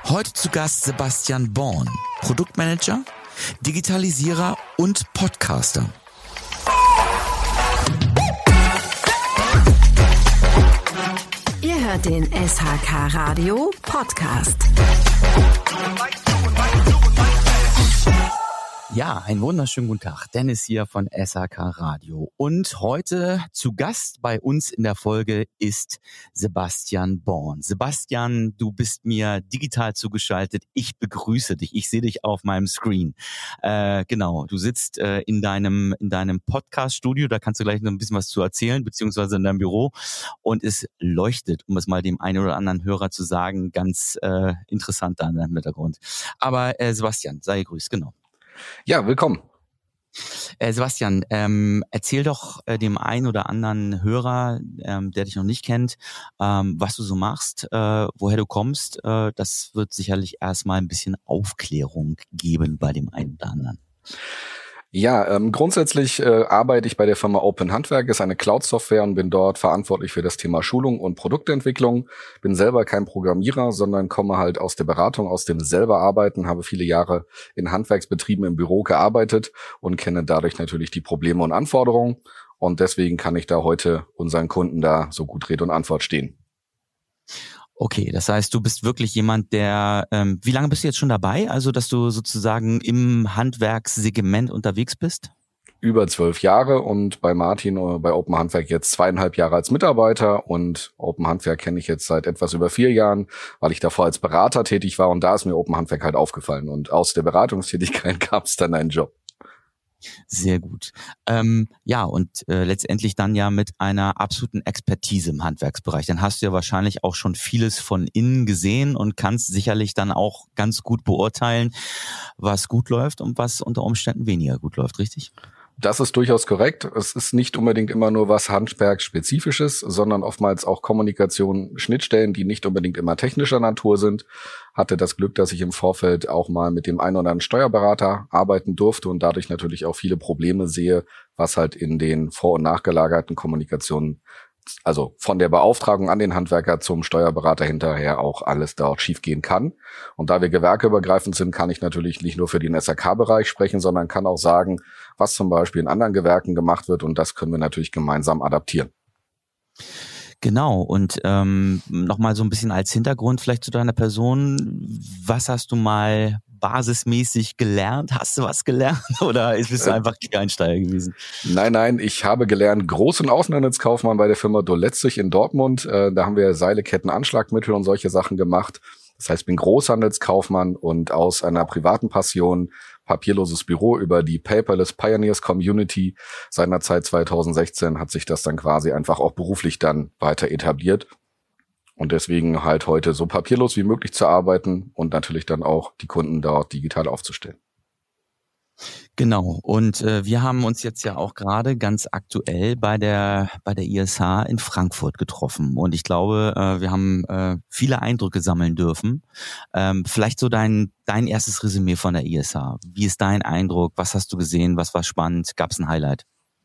Heute zu Gast Sebastian Born, Produktmanager, Digitalisierer und Podcaster. Ihr hört den SHK Radio Podcast. Ja, einen wunderschönen guten Tag. Dennis hier von SHK Radio. Und heute zu Gast bei uns in der Folge ist Sebastian Born. Sebastian, du bist mir digital zugeschaltet. Ich begrüße dich. Ich sehe dich auf meinem Screen. Genau, du sitzt in deinem Podcast-Studio. Da kannst du gleich noch ein bisschen was zu erzählen, beziehungsweise in deinem Büro. Und es leuchtet, um es mal dem einen oder anderen Hörer zu sagen, ganz interessant da in deinem Hintergrund. Aber Sebastian, sei gegrüßt, genau. Ja, willkommen. Sebastian, erzähl doch dem einen oder anderen Hörer, der dich noch nicht kennt, was du so machst, woher du kommst. Das wird sicherlich erstmal ein bisschen Aufklärung geben bei dem einen oder anderen. Ja, grundsätzlich arbeite ich bei der Firma Open Handwerk, ist eine Cloud-Software und bin dort verantwortlich für das Thema Schulung und Produktentwicklung. Bin selber kein Programmierer, sondern komme halt aus der Beratung, aus dem selber Arbeiten, habe viele Jahre in Handwerksbetrieben im Büro gearbeitet und kenne dadurch natürlich die Probleme und Anforderungen. Und deswegen kann ich da heute unseren Kunden da so gut Rede und Antwort stehen. Okay, das heißt, du bist wirklich jemand, der, wie lange bist du jetzt schon dabei? Also, dass du sozusagen im Handwerkssegment unterwegs bist? Über 12 Jahre und bei Martin bei Open Handwerk jetzt 2,5 Jahre als Mitarbeiter und Open Handwerk kenne ich jetzt seit etwas über 4 Jahren, weil ich davor als Berater tätig war und da ist mir Open Handwerk halt aufgefallen und aus der Beratungstätigkeit gab es dann einen Job. Sehr gut. Ja, und letztendlich dann ja mit einer absoluten Expertise im Handwerksbereich. Dann hast du ja wahrscheinlich auch schon vieles von innen gesehen und kannst sicherlich dann auch ganz gut beurteilen, was gut läuft und was unter Umständen weniger gut läuft, richtig? Das ist durchaus korrekt. Es ist nicht unbedingt immer nur was Handwerksspezifisches, sondern oftmals auch Kommunikation, Schnittstellen, die nicht unbedingt immer technischer Natur sind. Hatte das Glück, dass ich im Vorfeld auch mal mit dem einen oder anderen Steuerberater arbeiten durfte und dadurch natürlich auch viele Probleme sehe, was halt in den vor- und nachgelagerten Kommunikationen, also von der Beauftragung an den Handwerker zum Steuerberater hinterher auch alles dort schiefgehen kann. Und da wir gewerkeübergreifend sind, kann ich natürlich nicht nur für den SHK-Bereich sprechen, sondern kann auch sagen, was zum Beispiel in anderen Gewerken gemacht wird. Und das können wir natürlich gemeinsam adaptieren. Genau, und nochmal so ein bisschen als Hintergrund vielleicht zu deiner Person. Was hast du mal basismäßig gelernt? Hast du was gelernt oder bist du einfach Quereinsteiger gewesen? Nein, ich habe gelernt Groß- und Außenhandelskaufmann bei der Firma Doletzig in Dortmund. Da haben wir Seile, Ketten, Anschlagmittel und solche Sachen gemacht. Das heißt, ich bin Großhandelskaufmann und aus einer privaten Passion papierloses Büro über die Paperless Pioneers Community seinerzeit 2016 hat sich das dann quasi einfach auch beruflich dann weiter etabliert. Und deswegen halt heute so papierlos wie möglich zu arbeiten und natürlich dann auch die Kunden dort digital aufzustellen. Genau, und wir haben uns jetzt ja auch gerade ganz aktuell bei der ISH in Frankfurt getroffen und ich glaube, wir haben viele Eindrücke sammeln dürfen. Vielleicht so dein erstes Resümee von der ISH. Wie ist dein Eindruck? Was hast du gesehen? Was war spannend? Gab es ein Highlight?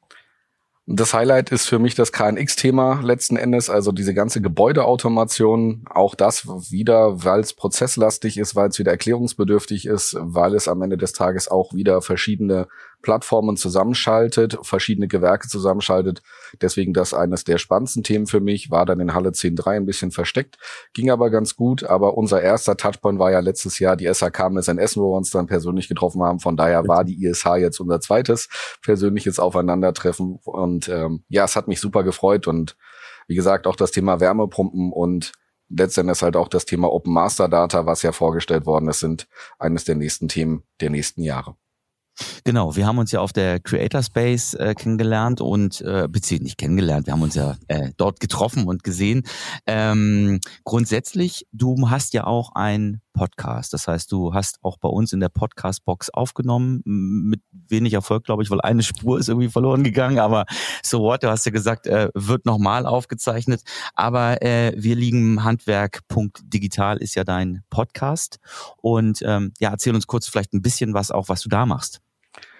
Das Highlight ist für mich das KNX-Thema letzten Endes, also diese ganze Gebäudeautomation, auch das wieder, weil es prozesslastig ist, weil es wieder erklärungsbedürftig ist, weil es am Ende des Tages auch wieder verschiedene Plattformen zusammenschaltet, verschiedene Gewerke zusammenschaltet. Deswegen das eines der spannendsten Themen für mich, war dann in Halle 10.3 ein bisschen versteckt, ging aber ganz gut. Aber unser erster Touchpoint war ja letztes Jahr die SHK-Messe in Essen, wo wir uns dann persönlich getroffen haben. Von daher war die ISH jetzt unser zweites persönliches Aufeinandertreffen. Und ja, es hat mich super gefreut. Und wie gesagt, auch das Thema Wärmepumpen und letztendlich halt auch das Thema Open Master Data, was ja vorgestellt worden ist, sind eines der nächsten Themen der nächsten Jahre. Genau, wir haben uns ja auf der Creator Space kennengelernt und beziehungsweise nicht kennengelernt, wir haben uns ja dort getroffen und gesehen. Grundsätzlich, du hast ja auch einen Podcast, das heißt, du hast auch bei uns in der Podcast-Box aufgenommen, mit wenig Erfolg, glaube ich, weil eine Spur ist irgendwie verloren gegangen, aber so what, du hast ja gesagt, wird nochmal aufgezeichnet, aber wir liegen Handwerk.digital ist ja dein Podcast und ja, erzähl uns kurz vielleicht ein bisschen was auch, was du da machst.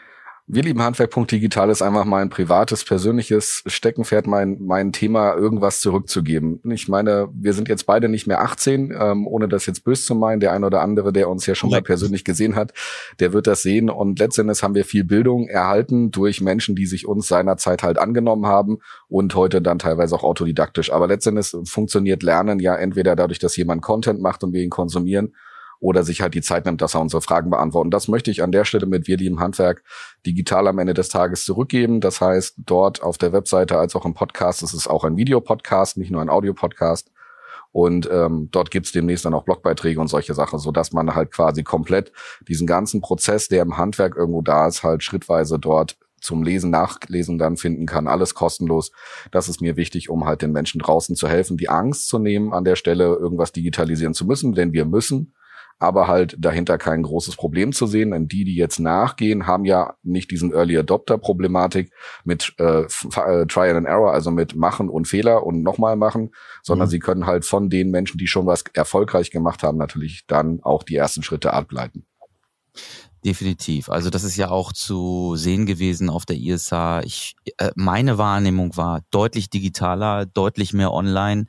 Wir lieben Handwerk.digital ist einfach mein privates, persönliches Steckenpferd, mein Thema, irgendwas zurückzugeben. Ich meine, wir sind jetzt beide nicht mehr 18, ohne das jetzt böse zu meinen. Der ein oder andere, der uns ja schon mal persönlich gesehen hat, der wird das sehen. Und letztendlich haben wir viel Bildung erhalten durch Menschen, die sich uns seinerzeit halt angenommen haben und heute dann teilweise auch autodidaktisch. Aber letztendlich funktioniert Lernen ja entweder dadurch, dass jemand Content macht und wir ihn konsumieren, oder sich halt die Zeit nimmt, dass er unsere Fragen beantwortet. Das möchte ich an der Stelle mit Wir lieben Handwerk digital am Ende des Tages zurückgeben. Das heißt, dort auf der Webseite als auch im Podcast, es ist auch ein Videopodcast, nicht nur ein Audiopodcast. Und dort gibt's demnächst dann auch Blogbeiträge und solche Sachen, sodass man halt quasi komplett diesen ganzen Prozess, der im Handwerk irgendwo da ist, halt schrittweise dort zum Lesen, Nachlesen dann finden kann. Alles kostenlos. Das ist mir wichtig, um halt den Menschen draußen zu helfen, die Angst zu nehmen, an der Stelle irgendwas digitalisieren zu müssen, denn wir müssen. Aber halt dahinter kein großes Problem zu sehen. Denn die jetzt nachgehen, haben ja nicht diesen Early Adopter-Problematik mit Trial and Error, also mit Machen und Fehler und nochmal machen, sondern sie können halt von den Menschen, die schon was erfolgreich gemacht haben, natürlich dann auch die ersten Schritte ableiten. Definitiv. Also das ist ja auch zu sehen gewesen auf der ISH. Meine Wahrnehmung war deutlich digitaler, deutlich mehr online.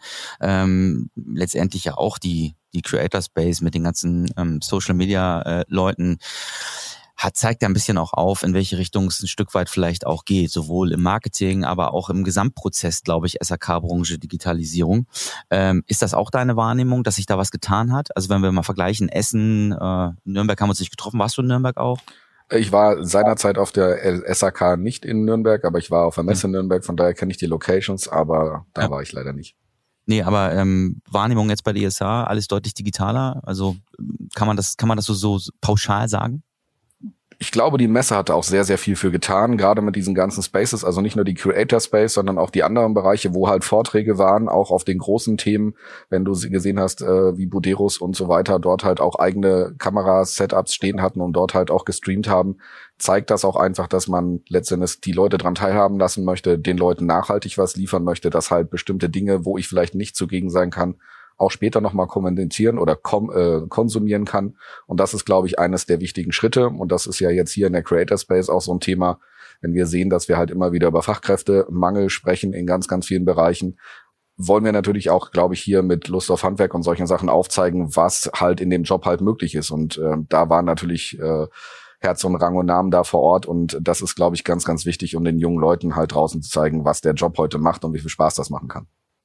Letztendlich ja auch die Creator Space mit den ganzen Social Media Leuten zeigt ja ein bisschen auch auf, in welche Richtung es ein Stück weit vielleicht auch geht, sowohl im Marketing, aber auch im Gesamtprozess, glaube ich, SAK-Branche, Digitalisierung. Ist das auch deine Wahrnehmung, dass sich da was getan hat? Also wenn wir mal vergleichen, Essen, Nürnberg haben wir uns nicht getroffen. Warst du in Nürnberg auch? Ich war seinerzeit auf der SAK nicht in Nürnberg, aber ich war auf der Messe in Nürnberg, von daher kenne ich die Locations, aber da war ich leider nicht. Nee, aber Wahrnehmung jetzt bei der ISH, alles deutlich digitaler. Also kann man das so pauschal sagen? Ich glaube, die Messe hatte auch sehr, sehr viel für getan, gerade mit diesen ganzen Spaces, also nicht nur die Creator Space, sondern auch die anderen Bereiche, wo halt Vorträge waren, auch auf den großen Themen, wenn du sie gesehen hast, wie Buderus und so weiter, dort halt auch eigene Kamera-Setups stehen hatten und dort halt auch gestreamt haben, zeigt das auch einfach, dass man letztendlich die Leute dran teilhaben lassen möchte, den Leuten nachhaltig was liefern möchte, dass halt bestimmte Dinge, wo ich vielleicht nicht zugegen sein kann, auch später nochmal kommentieren oder konsumieren kann. Und das ist, glaube ich, eines der wichtigen Schritte. Und das ist ja jetzt hier in der Creator Space auch so ein Thema, wenn wir sehen, dass wir halt immer wieder über Fachkräftemangel sprechen in ganz, ganz vielen Bereichen, wollen wir natürlich auch, glaube ich, hier mit Lust auf Handwerk und solchen Sachen aufzeigen, was halt in dem Job halt möglich ist. Und da waren natürlich Herz und Rang und Namen da vor Ort. Und das ist, glaube ich, ganz, ganz wichtig, um den jungen Leuten halt draußen zu zeigen, was der Job heute macht und wie viel Spaß das machen kann.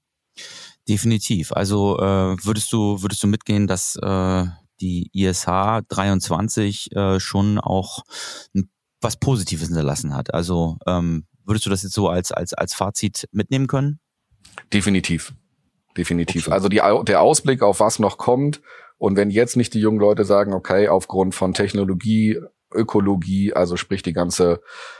Definitiv. Also würdest du mitgehen, dass die ISH 23 schon auch was Positives hinterlassen hat? Also würdest du das jetzt so als Fazit mitnehmen können? Definitiv. Okay. Also der Ausblick auf was noch kommt, und wenn jetzt nicht die jungen Leute sagen, okay, aufgrund von Technologie, Ökologie, also sprich die ganze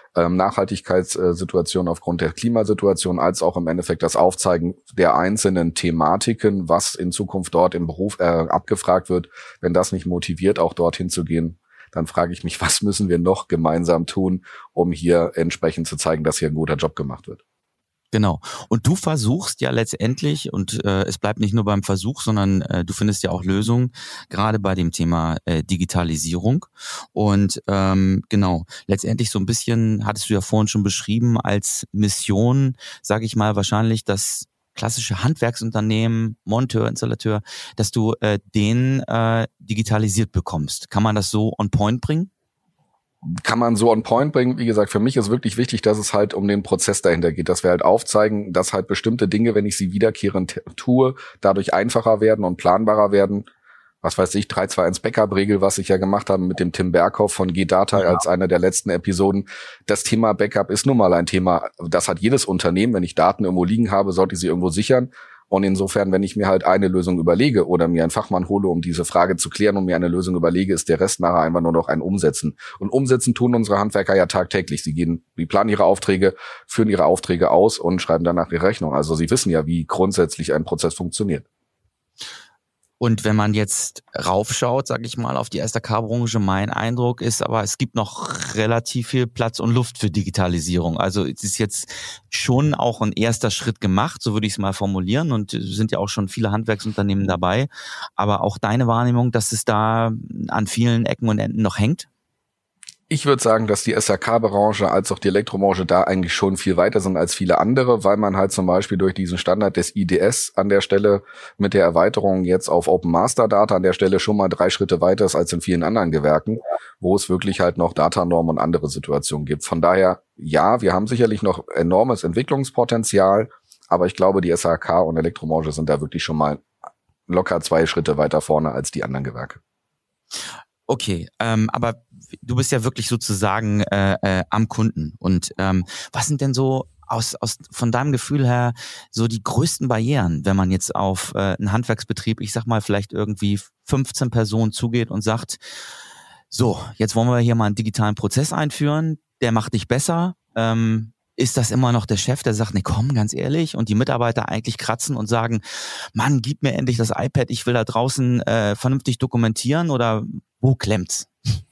Nachhaltigkeitssituation aufgrund der Klimasituation, als auch im Endeffekt das Aufzeigen der einzelnen Thematiken, was in Zukunft dort im Beruf abgefragt wird, wenn das nicht motiviert, auch dorthin zu gehen, dann frage ich mich, was müssen wir noch gemeinsam tun, um hier entsprechend zu zeigen, dass hier ein guter Job gemacht wird. Genau. Und du versuchst ja letztendlich, und es bleibt nicht nur beim Versuch, sondern du findest ja auch Lösungen, gerade bei dem Thema Digitalisierung. Und genau, letztendlich so ein bisschen, hattest du ja vorhin schon beschrieben, als Mission, sage ich mal, wahrscheinlich das klassische Handwerksunternehmen, Monteur, Installateur, dass du den digitalisiert bekommst. Kann man das so on point bringen? Kann man so on point bringen. Wie gesagt, für mich ist wirklich wichtig, dass es halt um den Prozess dahinter geht, dass wir halt aufzeigen, dass halt bestimmte Dinge, wenn ich sie wiederkehrend tue, dadurch einfacher werden und planbarer werden. Was weiß ich, 3-2-1 Backup-Regel, was ich ja gemacht habe mit dem Tim Berghoff von G-Data als einer der letzten Episoden. Das Thema Backup ist nun mal ein Thema, das hat jedes Unternehmen. Wenn ich Daten irgendwo liegen habe, sollte ich sie irgendwo sichern. Und insofern, wenn ich mir halt eine Lösung überlege oder mir einen Fachmann hole, um diese Frage zu klären und mir eine Lösung überlege, ist der Rest nachher einfach nur noch ein Umsetzen. Und umsetzen tun unsere Handwerker ja tagtäglich. Sie planen ihre Aufträge, führen ihre Aufträge aus und schreiben danach ihre Rechnung. Also sie wissen ja, wie grundsätzlich ein Prozess funktioniert. Und wenn man jetzt raufschaut, sage ich mal, auf die SAK-Branche, mein Eindruck ist aber, es gibt noch relativ viel Platz und Luft für Digitalisierung. Also es ist jetzt schon auch ein erster Schritt gemacht, so würde ich es mal formulieren, und es sind ja auch schon viele Handwerksunternehmen dabei. Aber auch deine Wahrnehmung, dass es da an vielen Ecken und Enden noch hängt? Ich würde sagen, dass die SHK-Branche als auch die Elektrobranche da eigentlich schon viel weiter sind als viele andere, weil man halt zum Beispiel durch diesen Standard des IDS an der Stelle mit der Erweiterung jetzt auf Open Master Data an der Stelle schon mal 3 Schritte weiter ist als in vielen anderen Gewerken, wo es wirklich halt noch Datanormen und andere Situationen gibt. Von daher, ja, wir haben sicherlich noch enormes Entwicklungspotenzial, aber ich glaube, die SHK und Elektrobranche sind da wirklich schon mal locker 2 Schritte weiter vorne als die anderen Gewerke. Okay, aber du bist ja wirklich sozusagen am Kunden. Und was sind denn so von deinem Gefühl her so die größten Barrieren, wenn man jetzt auf einen Handwerksbetrieb, ich sag mal vielleicht irgendwie 15 Personen zugeht und sagt, so, jetzt wollen wir hier mal einen digitalen Prozess einführen, der macht dich besser. Ist das immer noch der Chef, der sagt, nee, komm, ganz ehrlich, und die Mitarbeiter eigentlich kratzen und sagen, Mann, gib mir endlich das iPad, ich will da draußen vernünftig dokumentieren, oder wo klemmt's?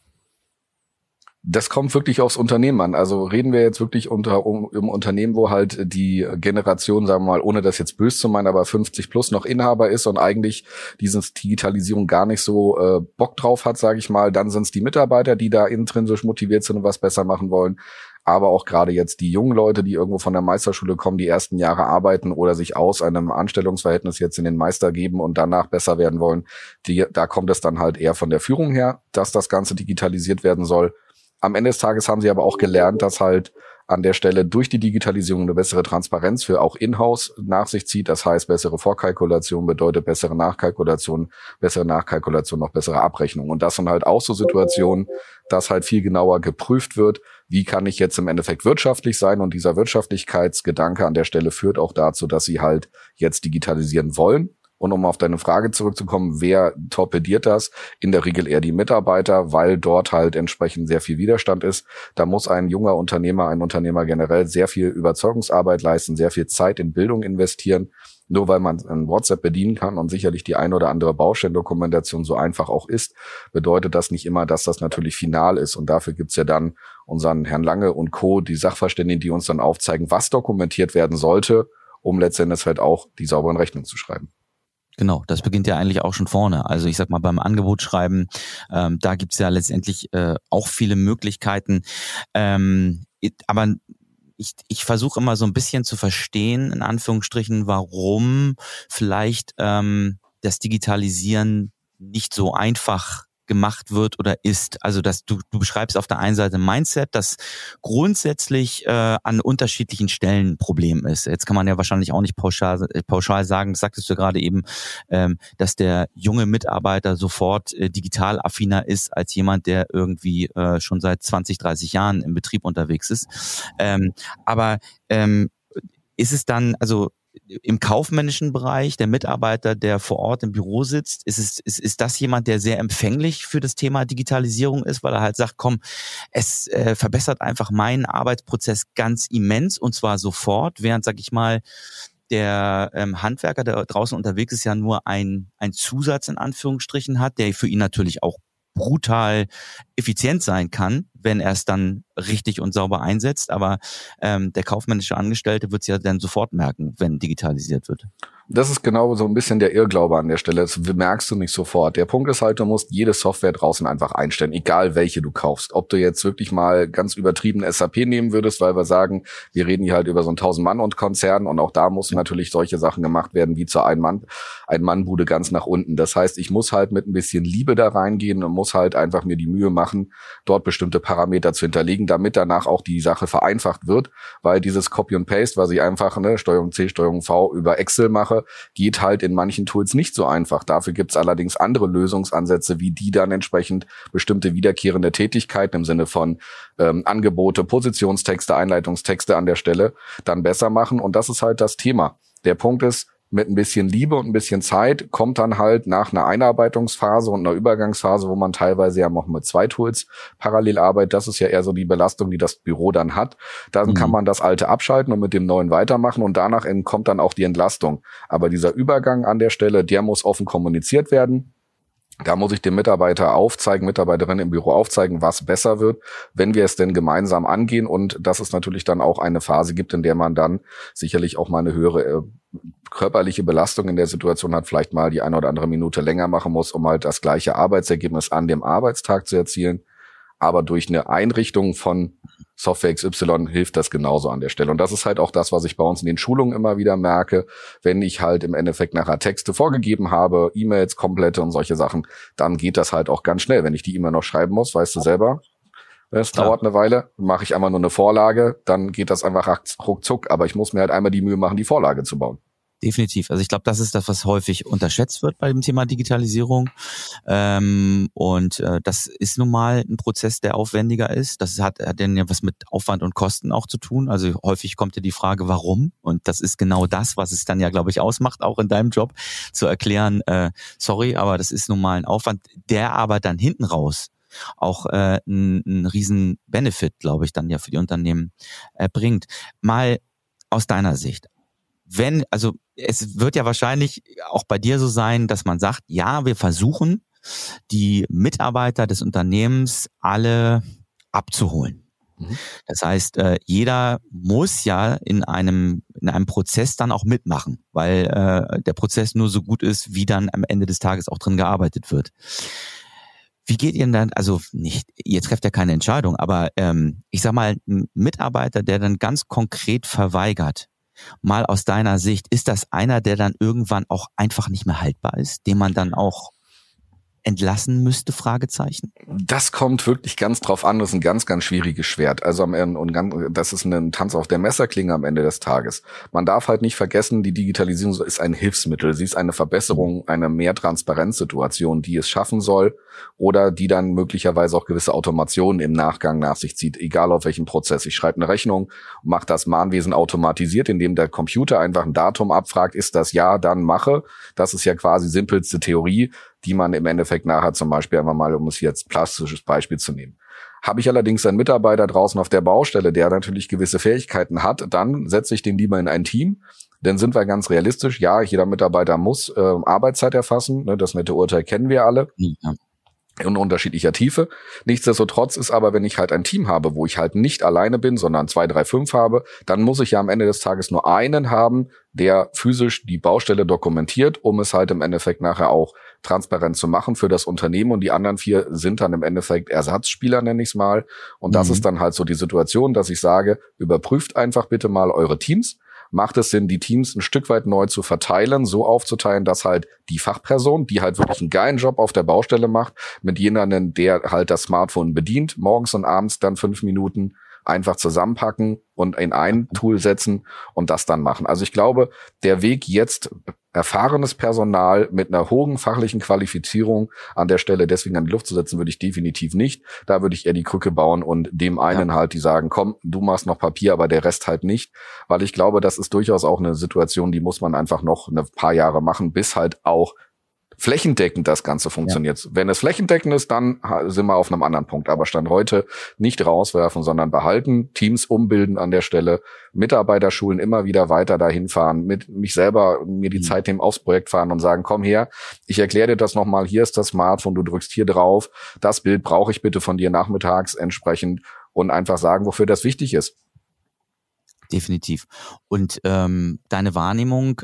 Das kommt wirklich aufs Unternehmen an. Also reden wir jetzt wirklich im Unternehmen, wo halt die Generation, sagen wir mal, ohne das jetzt böse zu meinen, aber 50 plus noch Inhaber ist und eigentlich dieses Digitalisierung gar nicht so Bock drauf hat, sage ich mal, dann sind es die Mitarbeiter, die da intrinsisch motiviert sind und was besser machen wollen. Aber auch gerade jetzt die jungen Leute, die irgendwo von der Meisterschule kommen, die ersten Jahre arbeiten oder sich aus einem Anstellungsverhältnis jetzt in den Meister geben und danach besser werden wollen, da kommt es dann halt eher von der Führung her, dass das Ganze digitalisiert werden soll. Am Ende des Tages haben sie aber auch gelernt, dass halt an der Stelle durch die Digitalisierung eine bessere Transparenz für auch Inhouse nach sich zieht. Das heißt, bessere Vorkalkulation bedeutet bessere Nachkalkulation noch bessere Abrechnung. Und das sind halt auch so Situationen, dass halt viel genauer geprüft wird, wie kann ich jetzt im Endeffekt wirtschaftlich sein. Und dieser Wirtschaftlichkeitsgedanke an der Stelle führt auch dazu, dass sie halt jetzt digitalisieren wollen. Und um auf deine Frage zurückzukommen, wer torpediert das? In der Regel eher die Mitarbeiter, weil dort halt entsprechend sehr viel Widerstand ist. Da muss ein junger Unternehmer, ein Unternehmer generell sehr viel Überzeugungsarbeit leisten, sehr viel Zeit in Bildung investieren. Nur weil man ein WhatsApp bedienen kann und sicherlich die eine oder andere Baustellendokumentation so einfach auch ist, bedeutet das nicht immer, dass das natürlich final ist. Und dafür gibt's ja dann unseren Herrn Lange und Co., die Sachverständigen, die uns dann aufzeigen, was dokumentiert werden sollte, um letztendlich halt auch die sauberen Rechnungen zu schreiben. Genau, das beginnt ja eigentlich auch schon vorne. Also ich sag mal, beim Angebotsschreiben, da gibt's ja letztendlich auch viele Möglichkeiten. Aber ich versuche immer so ein bisschen zu verstehen, in Anführungsstrichen, warum vielleicht das Digitalisieren nicht so einfach gemacht wird oder ist. Also dass du beschreibst auf der einen Seite Mindset, das grundsätzlich an unterschiedlichen Stellen ein Problem ist. Jetzt kann man ja wahrscheinlich auch nicht pauschal sagen, das sagtest du gerade eben, dass der junge Mitarbeiter sofort digital affiner ist als jemand, der irgendwie schon seit 20, 30 Jahren im Betrieb unterwegs ist. Aber ist es dann, also im kaufmännischen Bereich, der Mitarbeiter, der vor Ort im Büro sitzt, ist das jemand, der sehr empfänglich für das Thema Digitalisierung ist, weil er halt sagt, komm, es verbessert einfach meinen Arbeitsprozess ganz immens und zwar sofort, während, sag ich mal, der Handwerker, der draußen unterwegs ist, ja nur ein Zusatz in Anführungsstrichen hat, der für ihn natürlich auch brutal effizient sein kann, wenn er es dann richtig und sauber einsetzt. Aber der kaufmännische Angestellte wird es ja dann sofort merken, wenn digitalisiert wird. Das ist genau so ein bisschen der Irrglaube an der Stelle. Das merkst du nicht sofort. Der Punkt ist halt, du musst jede Software draußen einfach einstellen, egal welche du kaufst. Ob du jetzt wirklich mal ganz übertrieben SAP nehmen würdest, weil wir sagen, wir reden hier halt über so ein 1000-Mann-und-Konzern und auch da müssen natürlich solche Sachen gemacht werden, wie zur Ein-Mann-Bude ganz nach unten. Das heißt, ich muss halt mit ein bisschen Liebe da reingehen und muss halt einfach mir die Mühe machen, dort bestimmte Parameter zu hinterlegen, damit danach auch die Sache vereinfacht wird, weil dieses Copy und Paste, was ich einfach, Steuerung C, Steuerung V über Excel mache, geht halt in manchen Tools nicht so einfach. Dafür gibt's allerdings andere Lösungsansätze, wie die dann entsprechend bestimmte wiederkehrende Tätigkeiten im Sinne von Angebote, Positionstexte, Einleitungstexte an der Stelle dann besser machen. Und das ist halt das Thema. Der Punkt ist, mit ein bisschen Liebe und ein bisschen Zeit kommt dann halt nach einer Einarbeitungsphase und einer Übergangsphase, wo man teilweise ja noch mit 2 Tools parallel arbeitet. Das ist ja eher so die Belastung, die das Büro dann hat. Dann kann man das Alte abschalten und mit dem Neuen weitermachen und danach kommt dann auch die Entlastung. Aber dieser Übergang an der Stelle, der muss offen kommuniziert werden. Da muss ich dem Mitarbeiter aufzeigen, Mitarbeiterin im Büro aufzeigen, was besser wird, wenn wir es denn gemeinsam angehen und dass es natürlich dann auch eine Phase gibt, in der man dann sicherlich auch mal eine höhere körperliche Belastung in der Situation hat, vielleicht mal die eine oder andere Minute länger machen muss, um halt das gleiche Arbeitsergebnis an dem Arbeitstag zu erzielen. aber durch eine Einrichtung von Software XY hilft das genauso an der Stelle. Und das ist halt auch das, was ich bei uns in den Schulungen immer wieder merke. Wenn ich halt im Endeffekt nachher Texte vorgegeben habe, E-Mails komplette und solche Sachen, dann geht das halt auch ganz schnell. Wenn ich die E-Mail noch schreiben muss, weißt du selber, es dauert eine Weile, mache ich einmal nur eine Vorlage, dann geht das einfach ruckzuck. Aber ich muss mir halt einmal die Mühe machen, die Vorlage zu bauen. Definitiv. Also ich glaube, das ist das, was häufig unterschätzt wird bei dem Thema Digitalisierung. Das ist nun mal ein Prozess, der aufwendiger ist. Das hat dann ja was mit Aufwand und Kosten auch zu tun. Also häufig kommt ja die Frage, warum? Und das ist genau das, was es dann ja, glaube ich, ausmacht, auch in deinem Job, zu erklären, sorry, aber das ist nun mal ein Aufwand, der aber dann hinten raus auch einen riesen Benefit, glaube ich, dann ja für die Unternehmen bringt. Mal aus deiner Sicht. Es wird ja wahrscheinlich auch bei dir so sein, dass man sagt, ja, wir versuchen, die Mitarbeiter des Unternehmens alle abzuholen. Mhm. Das heißt, jeder muss ja in einem Prozess dann auch mitmachen, weil der Prozess nur so gut ist, wie dann am Ende des Tages auch drin gearbeitet wird. Wie geht ihr denn dann, also nicht, ihr trefft ja keine Entscheidung, aber ich sag mal, ein Mitarbeiter, der dann ganz konkret verweigert, mal aus deiner Sicht, ist das einer, der dann irgendwann auch einfach nicht mehr haltbar ist, den man dann auch entlassen müsste, Fragezeichen? Das kommt wirklich ganz drauf an. Das ist ein ganz, ganz schwieriges Schwert. Also das ist ein Tanz auf der Messerklinge am Ende des Tages. Man darf halt nicht vergessen, die Digitalisierung ist ein Hilfsmittel. Sie ist eine Verbesserung, eine mehr Transparenzsituation, die es schaffen soll oder die dann möglicherweise auch gewisse Automationen im Nachgang nach sich zieht, egal auf welchem Prozess. Ich schreibe eine Rechnung, mache das Mahnwesen automatisiert, indem der Computer einfach ein Datum abfragt, ist das ja, dann mache. Das ist ja quasi simpelste Theorie, die man im Endeffekt nachher zum Beispiel einfach mal, um es jetzt plastisches Beispiel zu nehmen. Habe ich allerdings einen Mitarbeiter draußen auf der Baustelle, der natürlich gewisse Fähigkeiten hat, dann setze ich den lieber in ein Team. Denn sind wir ganz realistisch, ja, jeder Mitarbeiter muss Arbeitszeit erfassen. Ne, das nette Urteil kennen wir alle. Ja. In unterschiedlicher Tiefe. Nichtsdestotrotz ist aber, wenn ich halt ein Team habe, wo ich halt nicht alleine bin, sondern 2, 3, 5 habe, dann muss ich ja am Ende des Tages nur einen haben, der physisch die Baustelle dokumentiert, um es halt im Endeffekt nachher auch transparent zu machen für das Unternehmen. Und die anderen 4 sind dann im Endeffekt Ersatzspieler, nenne ich es mal. Und das ist dann halt so die Situation, dass ich sage, überprüft einfach bitte mal eure Teams. Macht es Sinn, die Teams ein Stück weit neu zu verteilen, so aufzuteilen, dass halt die Fachperson, die halt wirklich einen geilen Job auf der Baustelle macht, mit jemandem, der halt das Smartphone bedient, morgens und abends dann 5 Minuten einfach zusammenpacken und in ein Tool setzen und das dann machen. Also ich glaube, der Weg jetzt erfahrenes Personal mit einer hohen fachlichen Qualifizierung an der Stelle deswegen an die Luft zu setzen, würde ich definitiv nicht. Da würde ich eher die Krücke bauen und dem einen halt, die sagen, komm, du machst noch Papier, aber der Rest halt nicht. Weil ich glaube, das ist durchaus auch eine Situation, die muss man einfach noch ein paar Jahre machen, bis halt auch flächendeckend das Ganze funktioniert. Ja. Wenn es flächendeckend ist, dann sind wir auf einem anderen Punkt. Aber Stand heute nicht rauswerfen, sondern behalten, Teams umbilden an der Stelle, Mitarbeiterschulen immer wieder weiter dahin fahren, mit mich selber mir die Zeit nehmen, aufs Projekt fahren und sagen, komm her, ich erkläre dir das nochmal, hier ist das Smartphone, du drückst hier drauf, das Bild brauche ich bitte von dir nachmittags entsprechend und einfach sagen, wofür das wichtig ist. Definitiv. Und deine Wahrnehmung,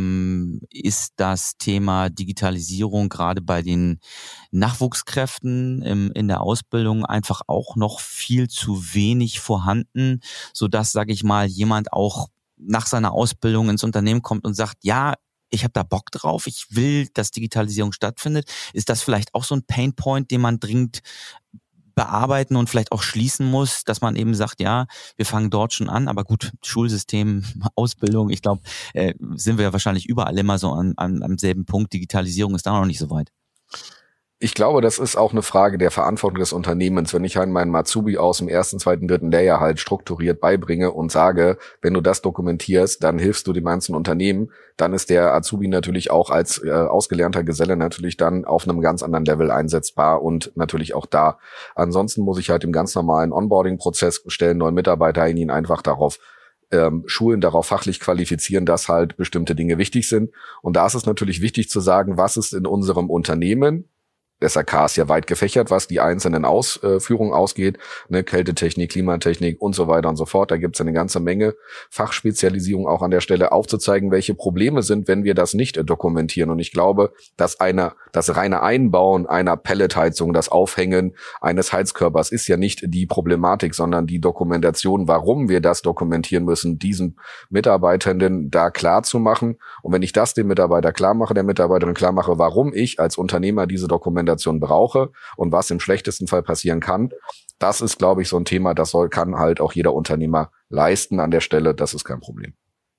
ist das Thema Digitalisierung gerade bei den Nachwuchskräften in der Ausbildung einfach auch noch viel zu wenig vorhanden, sodass, sage ich mal, jemand auch nach seiner Ausbildung ins Unternehmen kommt und sagt, ja, ich habe da Bock drauf, ich will, dass Digitalisierung stattfindet. Ist das vielleicht auch so ein Painpoint, den man dringend bearbeiten und vielleicht auch schließen muss, dass man eben sagt, ja, wir fangen dort schon an, aber gut, Schulsystem, Ausbildung, ich glaube, sind wir ja wahrscheinlich überall immer so am selben Punkt. Digitalisierung ist da noch nicht so weit. Ich glaube, das ist auch eine Frage der Verantwortung des Unternehmens. Wenn ich halt meinen Azubi aus dem 1., 2., 3. Layer halt strukturiert beibringe und sage, wenn du das dokumentierst, dann hilfst du dem ganzen Unternehmen, dann ist der Azubi natürlich auch als ausgelernter Geselle natürlich dann auf einem ganz anderen Level einsetzbar und natürlich auch da. Ansonsten muss ich halt im ganz normalen Onboarding-Prozess stellen, neue Mitarbeiter in ihn einfach darauf Schulen darauf fachlich qualifizieren, dass halt bestimmte Dinge wichtig sind. Und da ist es natürlich wichtig zu sagen, was ist in unserem Unternehmen SAK ist ja weit gefächert, was die einzelnen Ausführungen ausgeht, ne, Kältetechnik, Klimatechnik und so weiter und so fort. Da gibt es eine ganze Menge Fachspezialisierung auch an der Stelle aufzuzeigen, welche Probleme sind, wenn wir das nicht dokumentieren. Und ich glaube, dass das reine Einbauen einer Pelletheizung, das Aufhängen eines Heizkörpers ist ja nicht die Problematik, sondern die Dokumentation, warum wir das dokumentieren müssen, diesen Mitarbeitenden da klar zu machen. Und wenn ich das dem Mitarbeiter klar mache, der Mitarbeiterin klar mache, warum ich als Unternehmer diese Dokumentation brauche und was im schlechtesten Fall passieren kann, das ist, glaube ich, so ein Thema, kann halt auch jeder Unternehmer leisten an der Stelle, das ist kein Problem.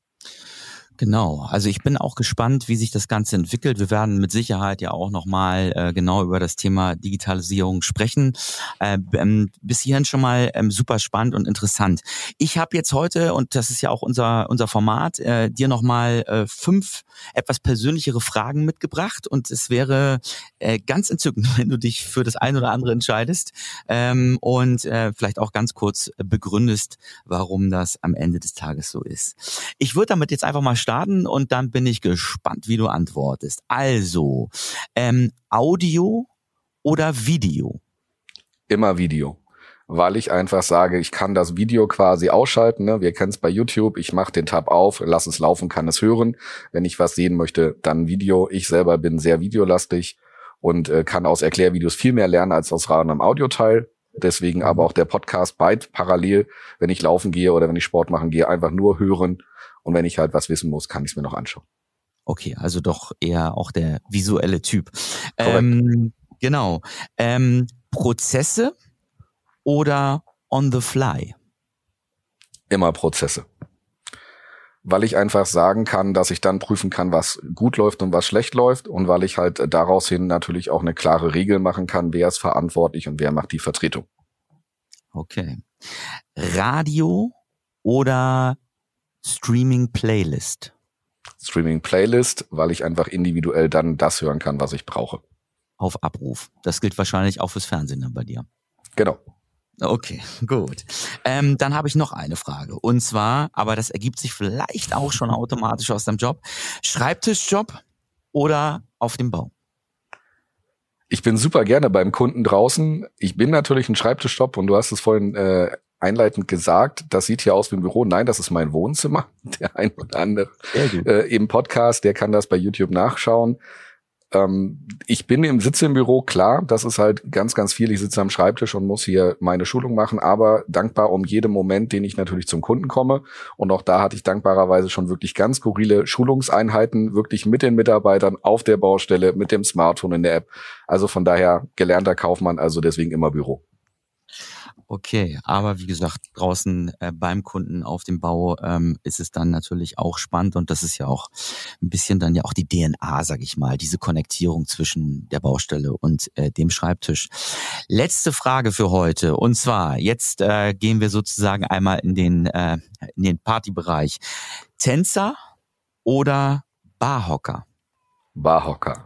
Genau, also ich bin auch gespannt, wie sich das Ganze entwickelt. Wir werden mit Sicherheit ja auch nochmal genau über das Thema Digitalisierung sprechen. Bis hierhin schon mal super spannend und interessant. Ich habe jetzt heute, und das ist ja auch unser Format, dir nochmal 5 etwas persönlichere Fragen mitgebracht. Und es wäre ganz entzückend, wenn du dich für das eine oder andere entscheidest und vielleicht auch ganz kurz begründest, warum das am Ende des Tages so ist. Ich würde damit jetzt einfach mal starten und dann bin ich gespannt, wie du antwortest. Also, Audio oder Video? Immer Video, weil ich einfach sage, ich kann das Video quasi ausschalten. Ne? Wir kennen es bei YouTube, ich mache den Tab auf, lass es laufen, kann es hören. Wenn ich was sehen möchte, dann Video. Ich selber bin sehr videolastig und kann aus Erklärvideos viel mehr lernen als aus reinem Audioteil. Deswegen aber auch der Podcast parallel, wenn ich laufen gehe oder wenn ich Sport machen gehe, einfach nur hören. Und wenn ich halt was wissen muss, kann ich es mir noch anschauen. Okay, also doch eher auch der visuelle Typ. Genau. Prozesse oder on the fly? Immer Prozesse. Weil ich einfach sagen kann, dass ich dann prüfen kann, was gut läuft und was schlecht läuft. Und weil ich halt daraus hin natürlich auch eine klare Regel machen kann, wer ist verantwortlich und wer macht die Vertretung. Okay. Radio oder Streaming-Playlist? Streaming-Playlist, weil ich einfach individuell dann das hören kann, was ich brauche. Auf Abruf. Das gilt wahrscheinlich auch fürs Fernsehen dann bei dir. Genau. Okay, gut. Dann habe ich noch eine Frage. Und zwar, aber das ergibt sich vielleicht auch schon automatisch aus deinem Job. Schreibtischjob oder auf dem Bau? Ich bin super gerne beim Kunden draußen. Ich bin natürlich ein Schreibtischjob und du hast es vorhin einleitend gesagt, das sieht hier aus wie ein Büro. Nein, das ist mein Wohnzimmer. Der ein oder andere im Podcast, der kann das bei YouTube nachschauen. Ich sitze im Büro, klar, das ist halt ganz, ganz viel. Ich sitze am Schreibtisch und muss hier meine Schulung machen, aber dankbar um jeden Moment, den ich natürlich zum Kunden komme. Und auch da hatte ich dankbarerweise schon wirklich ganz skurrile Schulungseinheiten, wirklich mit den Mitarbeitern auf der Baustelle, mit dem Smartphone in der App. Also von daher gelernter Kaufmann, also deswegen immer Büro. Okay, aber wie gesagt, draußen beim Kunden auf dem Bau ist es dann natürlich auch spannend und das ist ja auch ein bisschen dann ja auch die DNA, sag ich mal, diese Konnektierung zwischen der Baustelle und dem Schreibtisch. Letzte Frage für heute und zwar, jetzt gehen wir sozusagen einmal in den Partybereich. Tänzer oder Barhocker? Barhocker.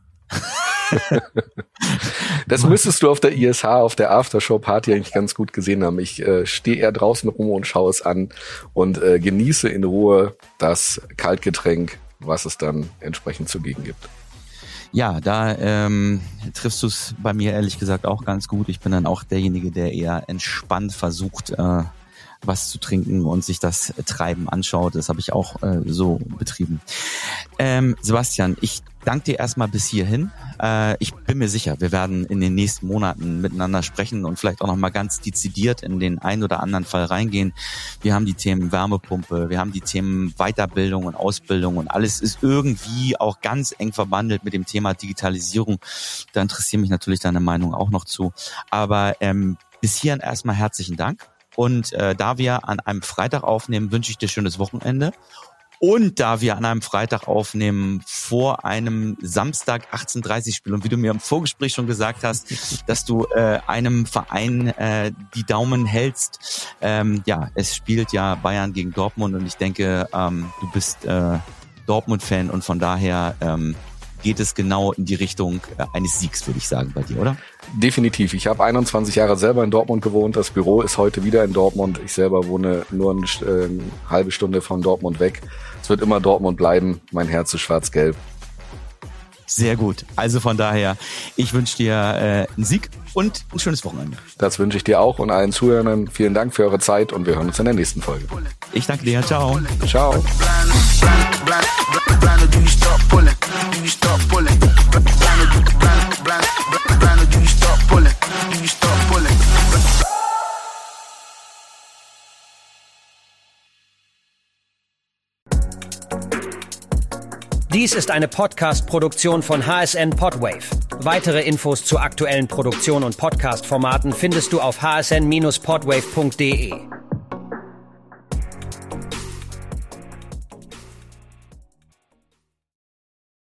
Das müsstest du auf der ISH, auf der Aftershow-Party eigentlich ganz gut gesehen haben. Ich stehe eher draußen rum und schaue es an und genieße in Ruhe das Kaltgetränk, was es dann entsprechend zugegen gibt. Ja, da triffst du es bei mir ehrlich gesagt auch ganz gut. Ich bin dann auch derjenige, der eher entspannt versucht, was zu trinken und sich das Treiben anschaut. Das habe ich auch so betrieben. Sebastian, ich danke dir erstmal bis hierhin. Ich bin mir sicher, wir werden in den nächsten Monaten miteinander sprechen und vielleicht auch nochmal ganz dezidiert in den einen oder anderen Fall reingehen. Wir haben die Themen Wärmepumpe, wir haben die Themen Weiterbildung und Ausbildung und alles ist irgendwie auch ganz eng verbandelt mit dem Thema Digitalisierung. Da interessiert mich natürlich deine Meinung auch noch zu. Aber bis hierhin erstmal herzlichen Dank. Und da wir an einem Freitag aufnehmen, wünsche ich dir schönes Wochenende. Und da wir an einem Freitag aufnehmen vor einem Samstag 18:30 Spiel und wie du mir im Vorgespräch schon gesagt hast, dass du einem Verein die Daumen hältst. Ja, es spielt ja Bayern gegen Dortmund und ich denke, du bist Dortmund-Fan und von daher geht es genau in die Richtung eines Siegs, würde ich sagen, bei dir, oder? Definitiv. Ich habe 21 Jahre selber in Dortmund gewohnt. Das Büro ist heute wieder in Dortmund. Ich selber wohne nur eine halbe Stunde von Dortmund weg. Es wird immer Dortmund bleiben. Mein Herz ist schwarz-gelb. Sehr gut. Also von daher, ich wünsche dir einen Sieg und ein schönes Wochenende. Das wünsche ich dir auch und allen Zuhörern. Vielen Dank für eure Zeit und wir hören uns in der nächsten Folge. Ich danke dir. Ciao. Ciao. Dies ist eine Podcast-Produktion von HSN Podwave. Weitere Infos zu aktuellen Produktionen und Podcast-Formaten findest du auf hsn-podwave.de.